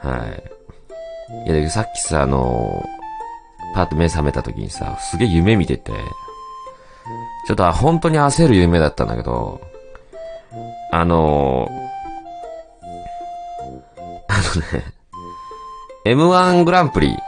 はい。いや、さっきさ、パッと目覚めた時にさ、すげえ夢見てて、ちょっと本当に焦る夢だったんだけど、M1 グランプリ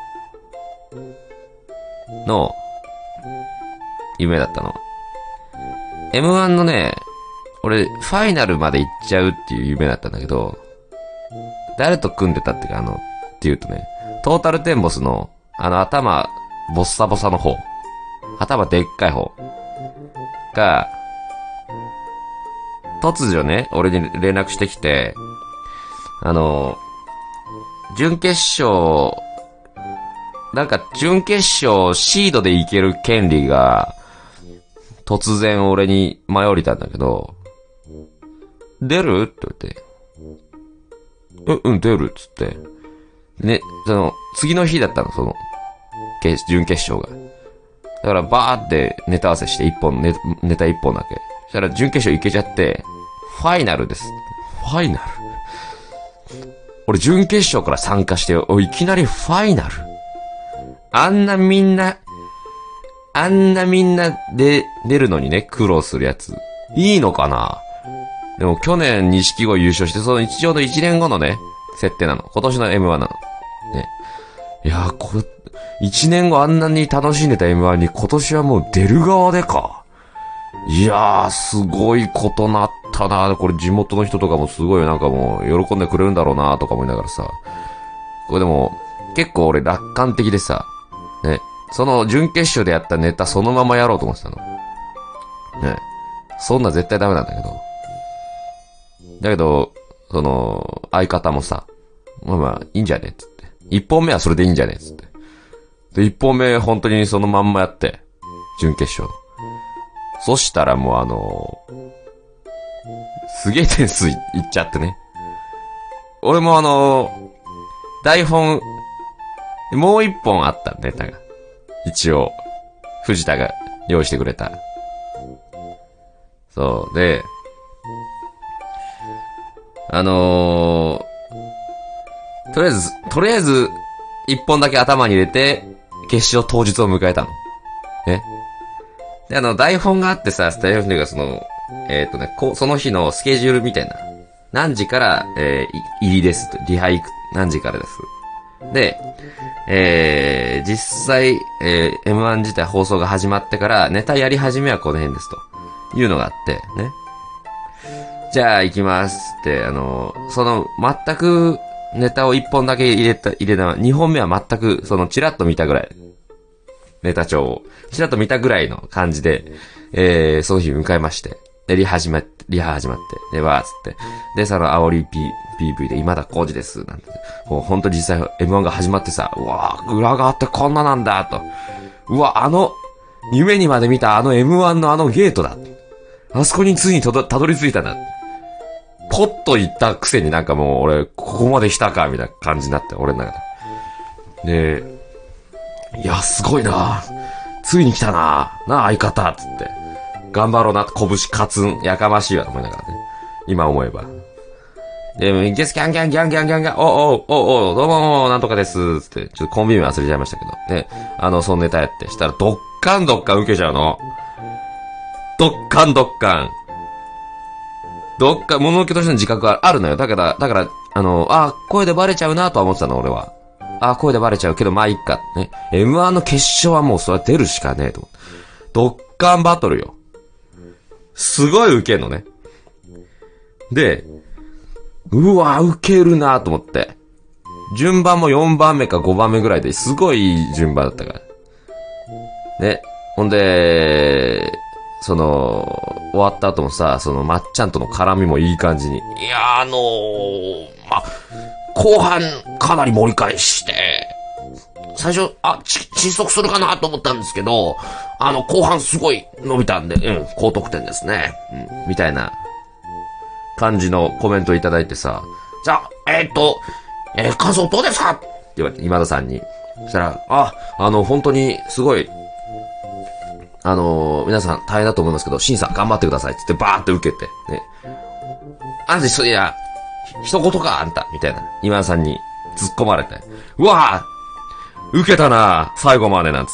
の夢だったの。M1 のね、俺、ファイナルまで行っちゃうっていう夢だったんだけど、誰と組んでたってか、っていうとね、トータルテンボスの、頭、ボッサボサの方、頭でっかい方が、突如ね、俺に連絡してきて、準決勝、なんか準決勝シードで行ける権利が、突然俺に舞い降りたんだけど、出るって言って、うん、出るっつって。ね、次の日だったの、準決勝が。だからバーってネタ合わせしてネタ一本だけ。そしたら準決勝行けちゃって、ファイナルです。ファイナル俺準決勝から参加して、いきなりファイナルあんなみんなで出るのにね、苦労するやつ。いいのかな。でも去年錦鯉優勝して、そのちょうど1年後のね、設定なの。今年の M1 なの。ね。いやー、1年後あんなに楽しんでた M1 に今年はもう出る側でか。いやー、すごいことなったな。これ地元の人とかもすごいなんかもう喜んでくれるんだろうなとか思いながらさ。これでも、結構俺楽観的でさ、ね。その準決勝でやったネタそのままやろうと思ってたの。ね。そんな絶対ダメなんだけど。だけど、相方もさ、まあ、いいんじゃねっつって。一本目はそれでいいんじゃねっつって。で、一本目本当にそのまんまやって、準決勝。そしたらもうすげえ点数いっちゃってね。俺も台本、もう一本あったネタが。一応、藤田が用意してくれた。そう。で、とりあえず、一本だけ頭に入れて、決勝当日を迎えたの。ね。で、台本があってさ、台本というかその日のスケジュールみたいな。何時から、入りですと。リハ行く、何時からです。で、実際、M1 自体放送が始まってから、ネタやり始めはこの辺ですと。いうのがあって、ね。じゃあ行きますって、全くネタを1本だけ入れた、2本目は全く、チラッと見たぐらい。ネタ帳を。チラッと見たぐらいの感じで、その日迎えまして。で、リハ始まって、で、わーっつって。で、煽り PV で今田耕司です。なんて。もう本当に実際 M1 が始まってさ、うわー、裏側ってこんななんだ、と。うわ、夢にまで見たM1 のゲートだ。あそこについにたどり着いたんだ。ポッと言ったくせになんかもう俺、ここまで来たか、みたいな感じになって、俺の中で。で、いや、すごいな。ついに来たな。相方、つって。頑張ろうな、拳カツン、やかましいわと思いながらね。今思えば。で、ゲスキャンギャンギャンギャンギャンギャン、お、どうも、なんとかです、つって、ちょっとコンビ名忘れちゃいましたけど。で、そのネタやって、したら、どっかん受けちゃうの。どっかん。物のけとしての自覚があるのよ。だから、声でバレちゃうなとは思ってたの、俺は。声でバレちゃうけど、まあ、いっか。ね。M1 の決勝はもうそれは出るしかねえと。ドッカンバトルよ。すごい受けんのね。で、うわ、受けるなと思って。順番も4番目か5番目ぐらいですごいいい順番だったから。ね。ほんで、終わった後もさ、まっちゃんとの絡みもいい感じに。いや後半かなり盛り返して、最初、窒息するかなと思ったんですけど、後半すごい伸びたんで、高得点ですね。みたいな感じのコメントいただいてさ、じゃあ、感想どうですかって言われて、今田さんに。そしたら、本当にすごい、皆さん大変だと思いますけど、審査頑張ってくださいって言ってバーって受けて、ね。いや、一言か、あんた、みたいな。今田さんに突っ込まれて。うわぁ受けたな最後までなんつって。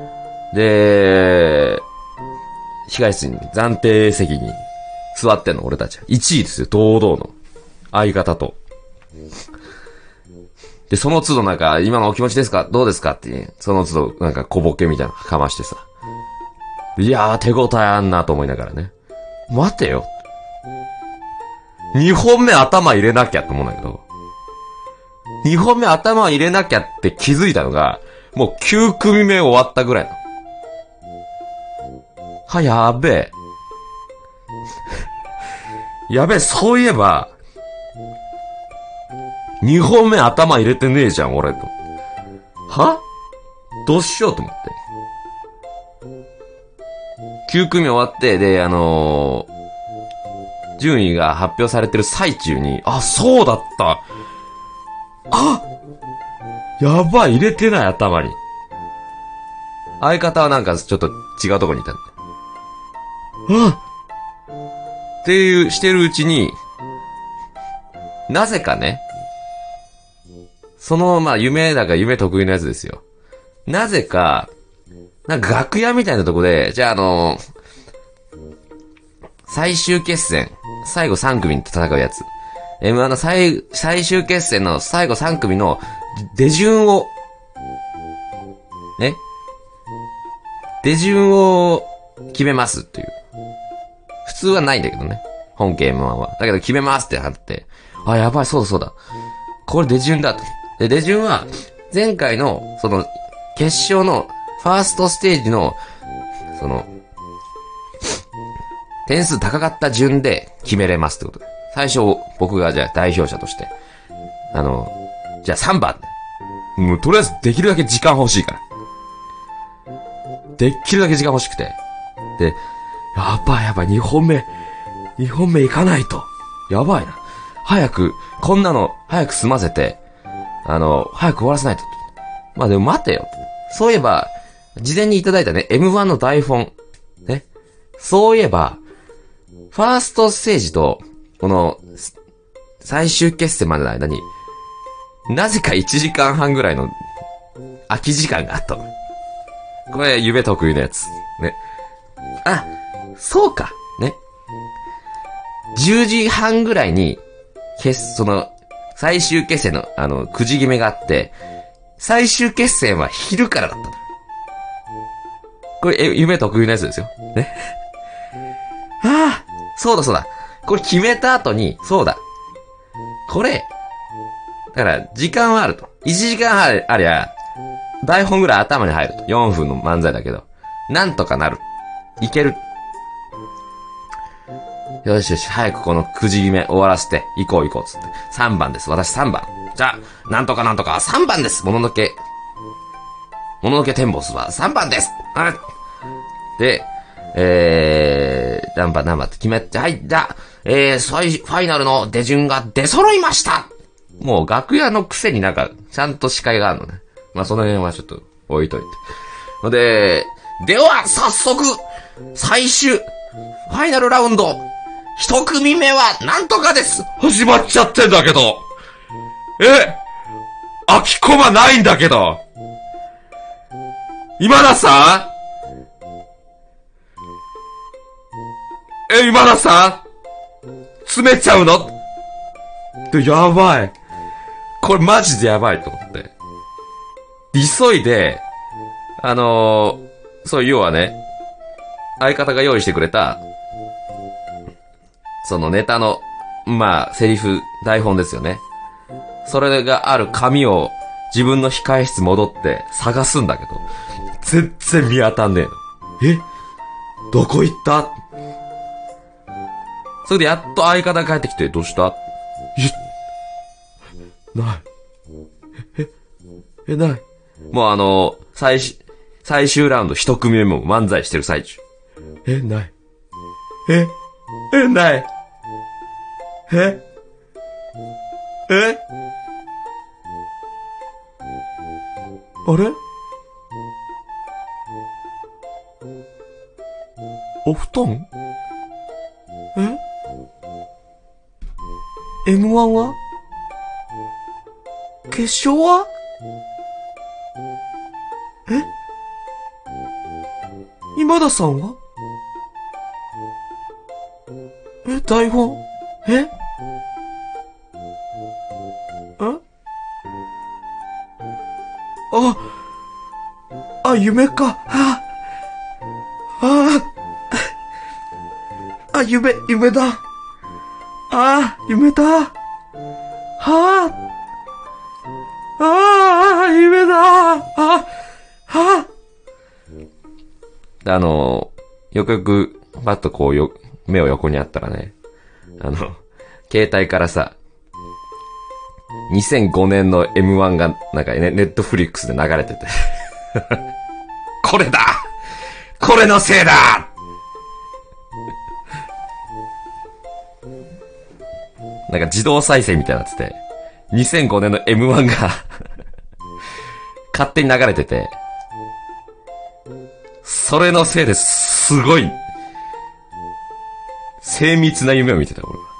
で、控室に暫定席に座ってんの、俺たち。1位ですよ、堂々の。相方と。で、その都度なんか、今のお気持ちですかどうですかって、その都度なんか小ボケみたいなのかましてさ。いやー、手応えあんなと思いながらね。待てよ。2本目頭入れなきゃって思うんだけど。2本目頭入れなきゃって気づいたのが、もう9組目終わったぐらいなの。は、やべえ。やべえ、そういえば、2本目頭入れてねえじゃん、俺と。はどうしようと思って。9組終わって、で、順位が発表されてる最中に、あ、そうだった。あやばい、入れてない、頭に。相方はなんかちょっと違うとこにいた。っていう、してるうちに、なぜかね、その、まあ、夢得意なやつですよ。なぜか、なんか楽屋みたいなとこで、じゃあ最終決戦、最後3組と戦うやつ。M1 の最終決戦の最後3組の出順を、ね。出順を決めますっていう。普通はないんだけどね。本家 M1 は。だけど決めますってなって、あ、やばい、そうだそうだ。これ出順だと。で、出順は、前回の、決勝の、ファーストステージの、点数高かった順で決めれますってことで。最初、僕がじゃあ代表者として、じゃあ3番。もうとりあえずできるだけ時間欲しいから。できるだけ時間欲しくて。で、やばい、2本目行かないと。やばいな。早く、こんなの、早く済ませて、早く終わらせないと。まあでも待てよ。そういえば、事前にいただいたね、M1 の台本。ね。そういえば、ファーストステージと、最終決戦までの間に、なぜか1時間半ぐらいの、空き時間があったの。これ、夢得意なやつ。ね。あ、そうか。ね。10時半ぐらいに、最終決戦の、くじ決めがあって、最終決戦は昼からだったの。これ、夢得意なやつですよ。ね。ああ、そうだそうだ。これ決めた後に、そうだ。これ、だから、時間はあると。1時間ありゃ、台本ぐらい頭に入ると。4分の漫才だけど。なんとかなる。いける。よしよし、早くこのくじ決め終わらせて、行こう、つって。3番です。私3番。じゃあ、なんとか3番です。もののけ展望スは3番です。で、何番って決めて、はい、じゃあ、ファイナルの出順が出揃いました。もう楽屋のくせになんか、ちゃんと司会があるのね。まあ、その辺はちょっと置いといて。では、早速、最終、ファイナルラウンド、一組目は、なんとかです。始まっちゃってんだけど。空きコマないんだけど。今田さん今田さん詰めちゃうのやばい。これマジでやばいと思って。急いで、そう、要はね、相方が用意してくれた、そのネタの、まあ、セリフ、台本ですよね。それがある紙を自分の控え室戻って探すんだけど、全然見当たんねえの。どこ行った？それでやっと相方が帰ってきて、どうした？ない。ない。もう最終ラウンド一組目も漫才してる最中。ない。ない。あれ？お布団？M1 は？ 決勝は今田さんは台本夢か。夢だ。夢だ。夢だ。よくよく、パッとこう目を横にあったらね、携帯からさ、2005年の M1 が、なんかね、ネットフリックスで流れてて。これだ！これのせいだ！なんか自動再生みたいになってて、2005年の M1 が勝手に流れてて、それのせいですごい、精密な夢を見てた、俺は。